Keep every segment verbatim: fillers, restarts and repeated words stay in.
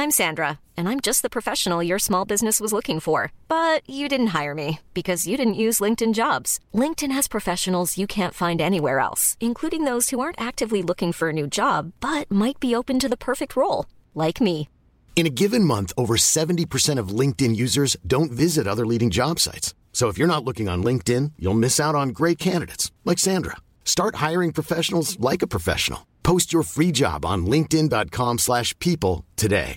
I'm Sandra, and I'm just the professional your small business was looking for. But you didn't hire me because you didn't use LinkedIn Jobs. LinkedIn has professionals you can't find anywhere else, including those who aren't actively looking for a new job, but might be open to the perfect role, like me. In a given month, over seventy percent of LinkedIn users don't visit other leading job sites. So if you're not looking on LinkedIn, you'll miss out on great candidates like Sandra. Start hiring professionals like a professional. Post your free job on linkedin.com slash people today.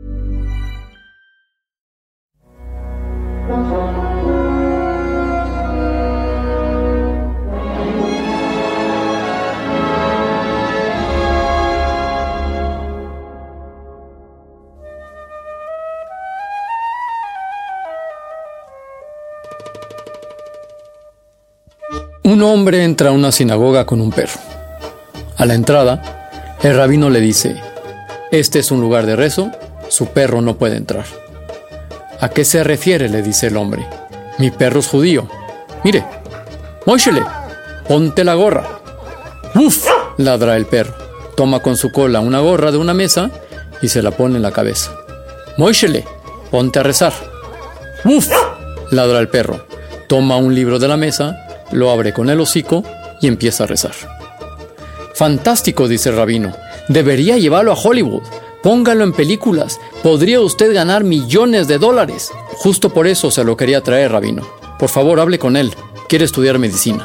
Un hombre entra a una sinagoga con un perro. A la entrada, el rabino le dice: este es un lugar de rezo, su perro no puede entrar. ¿A qué se refiere?, le dice el hombre. Mi perro es judío. Mire, Móishele, ponte la gorra. ¡Uf!, ladra el perro. Toma con su cola una gorra de una mesa y se la pone en la cabeza. Móishele, ponte a rezar. ¡Uf!, ladra el perro. Toma un libro de la mesa, lo abre con el hocico y empieza a rezar. Fantástico, dice el rabino. Debería llevarlo a Hollywood. Póngalo en películas. Podría usted ganar millones de dólares. Justo por eso se lo quería traer, rabino. Por favor, hable con él. Quiere estudiar medicina.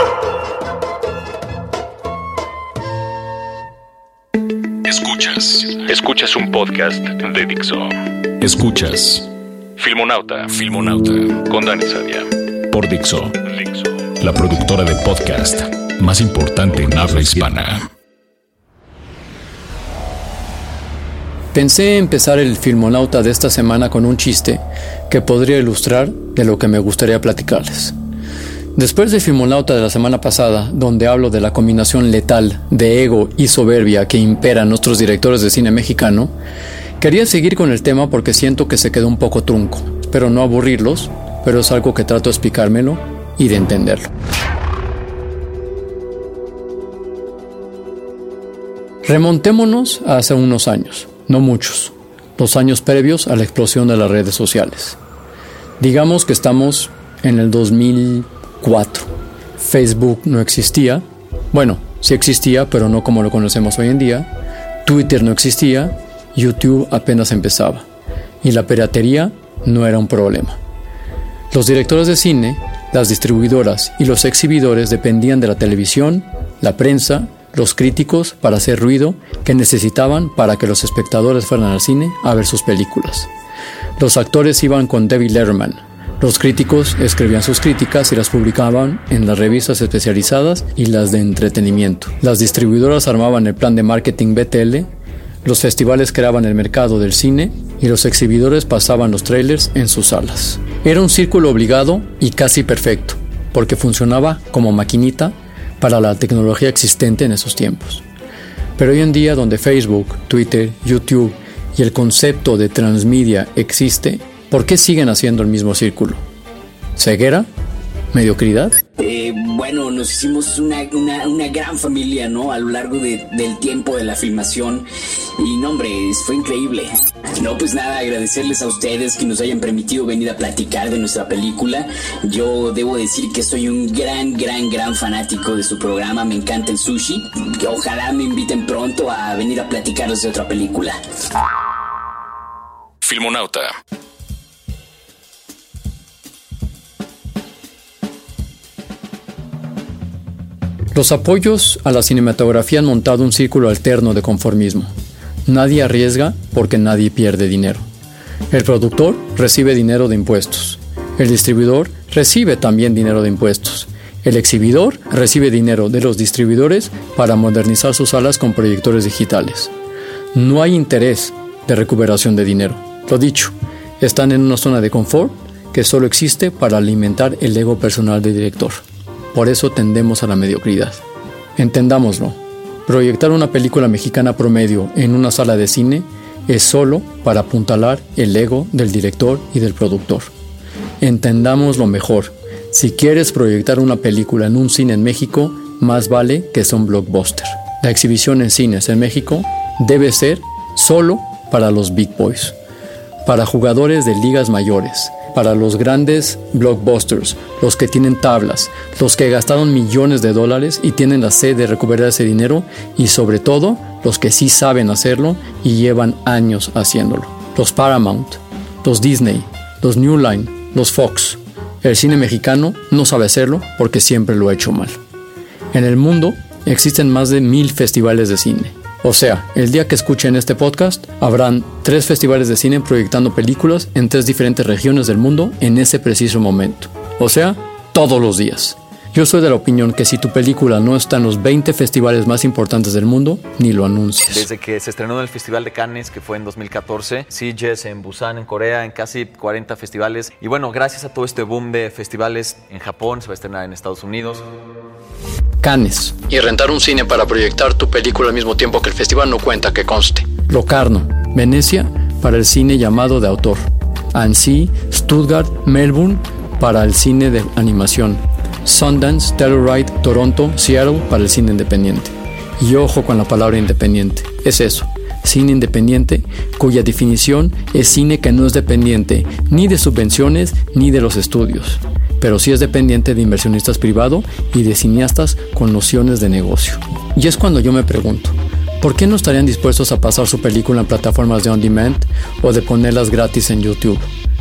Escuchas. Escuchas un podcast de Dixo. Escuchas Filmonauta. Filmonauta. Con Dani Sadia. Por Dixo. Dixo. La productora de podcast más importante en habla hispana. Pensé empezar el Filmonauta de esta semana con un chiste que podría ilustrar de lo que me gustaría platicarles. Después del Filmonauta de la semana pasada, donde hablo de la combinación letal de ego y soberbia que impera en nuestros directores de cine mexicano, quería seguir con el tema porque siento que se quedó un poco trunco. Espero no aburrirlos, pero es algo que trato de explicármelo y de entenderlo. Remontémonos a hace unos años, no muchos, los años previos a la explosión de las redes sociales. Digamos que estamos en el dos mil cuatro. Facebook no existía, bueno, sí existía, pero no como lo conocemos hoy en día. Twitter no existía, YouTube apenas empezaba, y la piratería no era un problema. Los directores de cine, las distribuidoras y los exhibidores dependían de la televisión, la prensa, los críticos para hacer ruido que necesitaban para que los espectadores fueran al cine a ver sus películas. Los actores iban con David Letterman, los críticos escribían sus críticas y las publicaban en las revistas especializadas y las de entretenimiento. Las distribuidoras armaban el plan de marketing B T L, los festivales creaban el mercado del cine y los exhibidores pasaban los trailers en sus salas. Era un círculo obligado y casi perfecto, porque funcionaba como maquinita para la tecnología existente en esos tiempos. Pero hoy en día, donde Facebook, Twitter, YouTube y el concepto de transmedia existe, ¿por qué siguen haciendo el mismo círculo? ¿Ceguera? ¿Mediocridad? Eh, bueno, nos hicimos una, una, una gran familia, ¿no? A lo largo de, del tiempo de la filmación. Y no, hombre, fue increíble. No, pues nada, agradecerles a ustedes que nos hayan permitido venir a platicar de nuestra película. Yo debo decir que soy un gran, gran, gran fanático de su programa. Me encanta el sushi. Ojalá me inviten pronto a venir a platicarles de otra película. Filmonauta. Los apoyos a la cinematografía han montado un círculo alterno de conformismo. Nadie arriesga porque nadie pierde dinero. El productor recibe dinero de impuestos. El distribuidor recibe también dinero de impuestos. El exhibidor recibe dinero de los distribuidores para modernizar sus salas con proyectores digitales. No hay interés de recuperación de dinero. Lo dicho, están en una zona de confort que solo existe para alimentar el ego personal del director. Por eso tendemos a la mediocridad. Entendámoslo. Proyectar una película mexicana promedio en una sala de cine es solo para apuntalar el ego del director y del productor. Entendámoslo mejor. Si quieres proyectar una película en un cine en México, más vale que sea un blockbuster. La exhibición en cines en México debe ser solo para los big boys, para jugadores de ligas mayores, para los grandes blockbusters, los que tienen tablas, los que gastaron millones de dólares y tienen la sed de recuperar ese dinero, y sobre todo los que sí saben hacerlo y llevan años haciéndolo. Los Paramount, los Disney, los New Line, los Fox. El cine mexicano no sabe hacerlo porque siempre lo ha hecho mal. En el mundo existen más de mil festivales de cine. O sea, el día que escuchen este podcast, habrán tres festivales de cine proyectando películas en tres diferentes regiones del mundo en ese preciso momento. O sea, todos los días. Yo soy de la opinión que si tu película no está en los veinte festivales más importantes del mundo, ni lo anuncies. Desde que se estrenó en el Festival de Cannes, que fue en dos mil catorce, Sitges, en Busan, en Corea, en casi cuarenta festivales. Y bueno, gracias a todo este boom de festivales en Japón, se va a estrenar en Estados Unidos. Cannes. Y rentar un cine para proyectar tu película al mismo tiempo que el festival no cuenta, que conste. Locarno. Venecia, para el cine llamado de autor. Annecy, Stuttgart, Melbourne, para el cine de animación. Sundance, Telluride, Toronto, Seattle, para el cine independiente. Y ojo con la palabra independiente. Es eso. Cine independiente, cuya definición es cine que no es dependiente ni de subvenciones ni de los estudios, pero sí es dependiente de inversionistas privados y de cineastas con nociones de negocio. Y es cuando yo me pregunto, ¿por qué no estarían dispuestos a pasar su película en plataformas de on demand o de ponerlas gratis en YouTube?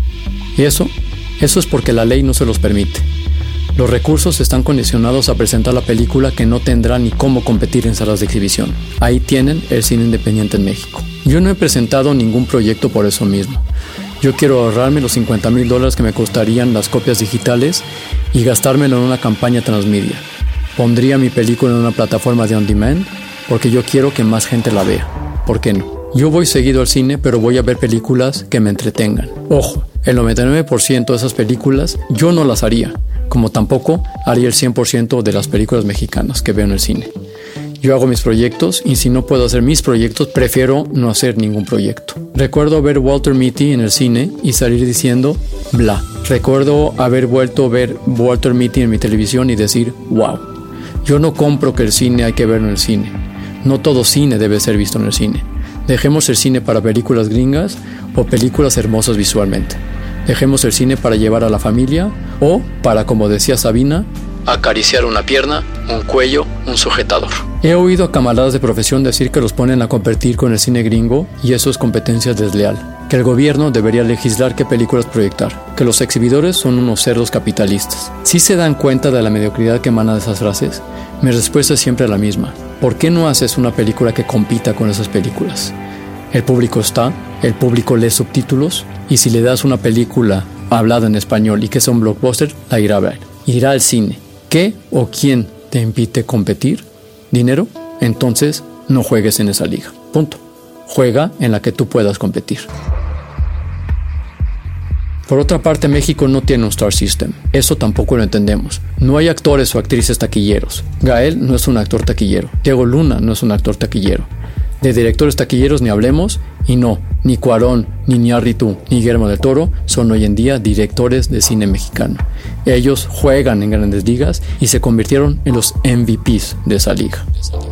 Y eso, eso es porque la ley no se los permite. Los recursos están condicionados a presentar la película que no tendrá ni cómo competir en salas de exhibición. Ahí tienen el cine independiente en México. Yo no he presentado ningún proyecto por eso mismo. Yo quiero ahorrarme los cincuenta mil dólares que me costarían las copias digitales y gastármelo en una campaña transmedia. Pondría mi película en una plataforma de on demand porque yo quiero que más gente la vea. ¿Por qué no? Yo voy seguido al cine, pero voy a ver películas que me entretengan. Ojo, el noventa y nueve por ciento de esas películas yo no las haría, como tampoco haría el cien por ciento de las películas mexicanas que veo en el cine. Yo hago mis proyectos y si no puedo hacer mis proyectos, prefiero no hacer ningún proyecto. Recuerdo ver Walter Mitty en el cine y salir diciendo bla. Recuerdo haber vuelto a ver Walter Mitty en mi televisión y decir wow. Yo no compro que el cine hay que verlo en el cine. No todo cine debe ser visto en el cine. Dejemos el cine para películas gringas o películas hermosas visualmente. Dejemos el cine para llevar a la familia o para, como decía Sabina, acariciar una pierna, un cuello, un sujetador. He oído a camaradas de profesión decir que los ponen a competir con el cine gringo y eso es competencia desleal, que el gobierno debería legislar qué películas proyectar, que los exhibidores son unos cerdos capitalistas. ¿Sí se dan cuenta de la mediocridad que emana de esas frases? Mi respuesta es siempre la misma. ¿Por qué no haces una película que compita con esas películas? El público está, el público lee subtítulos y si le das una película hablada en español y que sea un blockbuster, la irá a ver. Irá al cine. ¿Qué o quién te impide competir? ¿Dinero? Entonces no juegues en esa liga. Punto. Juega en la que tú puedas competir. Por otra parte, México no tiene un Star System. Eso tampoco lo entendemos. No hay actores o actrices taquilleros. Gael no es un actor taquillero. Diego Luna no es un actor taquillero. De directores taquilleros ni hablemos. Y no, ni Cuarón, ni Iñárritu, ni Guillermo del Toro son hoy en día directores de cine mexicano. Ellos juegan en grandes ligas y se convirtieron en los M V Pes de esa liga.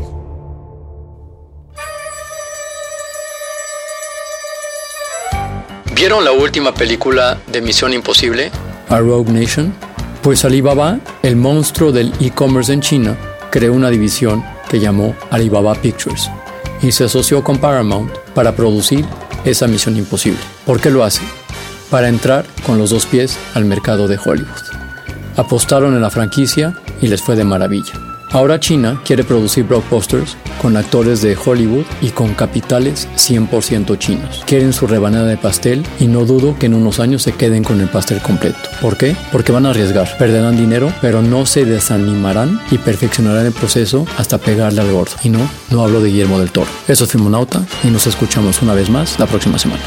¿Vieron la última película de Misión Imposible, A Rogue Nation? Pues Alibaba, el monstruo del e-commerce en China, creó una división que llamó Alibaba Pictures y se asoció con Paramount para producir esa Misión Imposible. ¿Por qué lo hace? Para entrar con los dos pies al mercado de Hollywood. Apostaron en la franquicia y les fue de maravilla. Ahora China quiere producir blockbusters con actores de Hollywood y con capitales cien por ciento chinos. Quieren su rebanada de pastel y no dudo que en unos años se queden con el pastel completo. ¿Por qué? Porque van a arriesgar, perderán dinero, pero no se desanimarán y perfeccionarán el proceso hasta pegarle al gordo. Y no, no hablo de Guillermo del Toro. Eso es Filmonauta y nos escuchamos una vez más la próxima semana.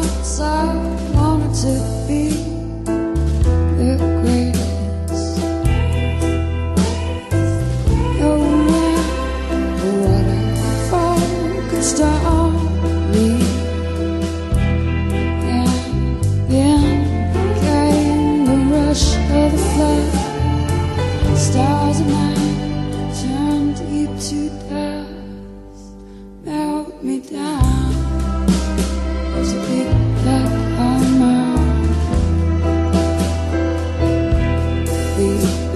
To be the greatest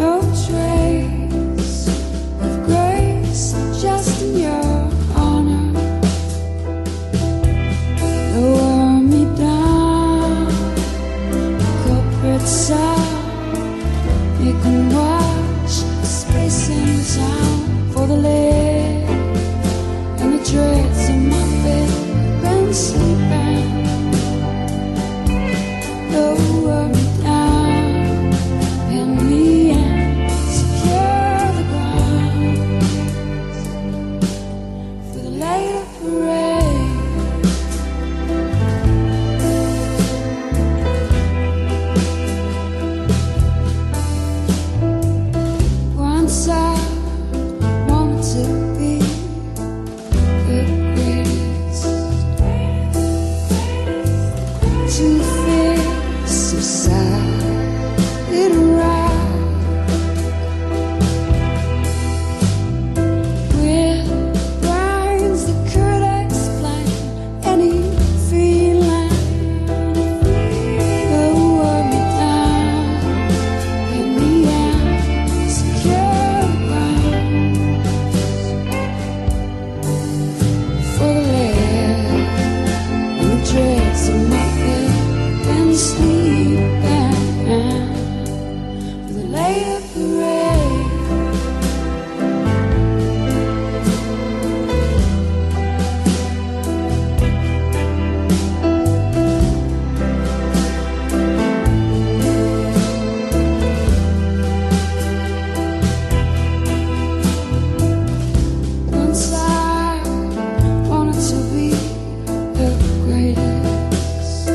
No trace of grace, just in your honor. Lower me down, corporate sound. You can watch space in town for the lead and the dreads in my bed. Been sleeping. Lower me down, pin me in, secure the ground for the later parade. Once I wanted to be the greatest, to face society right, with brains that could explain any feeling. Lower me down, in the end, secure ground for the lead and the dreads of my bed. Been sleeping for the later parade. Once I wanted to be the greatest.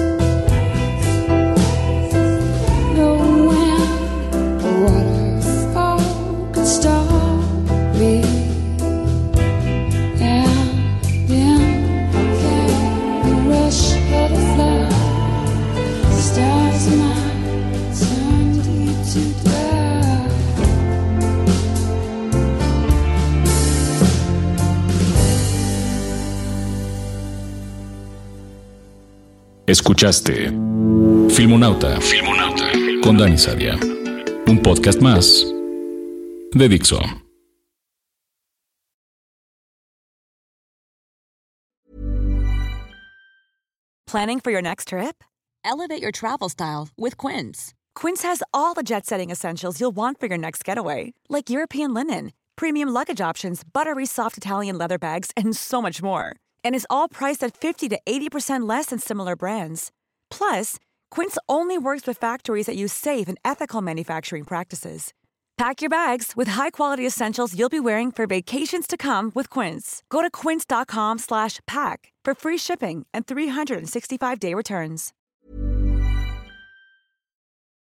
No wind or waterfall could stop me. And then came the rush of the flood. Stars might turn deep to dark. Escuchaste Filmonauta, Filmonauta con Dani Sadia, un podcast más de Dixo. Planning for your next trip? Elevate your travel style with Quince. Quince has all the jet-setting essentials you'll want for your next getaway, like European linen, premium luggage options, buttery soft Italian leather bags, and so much more. And is all priced at fifty to eighty percent less than similar brands. Plus, Quince only works with factories that use safe and ethical manufacturing practices. Pack your bags with high-quality essentials you'll be wearing for vacations to come with Quince. Go to quince.com slash pack for free shipping and three sixty-five day returns.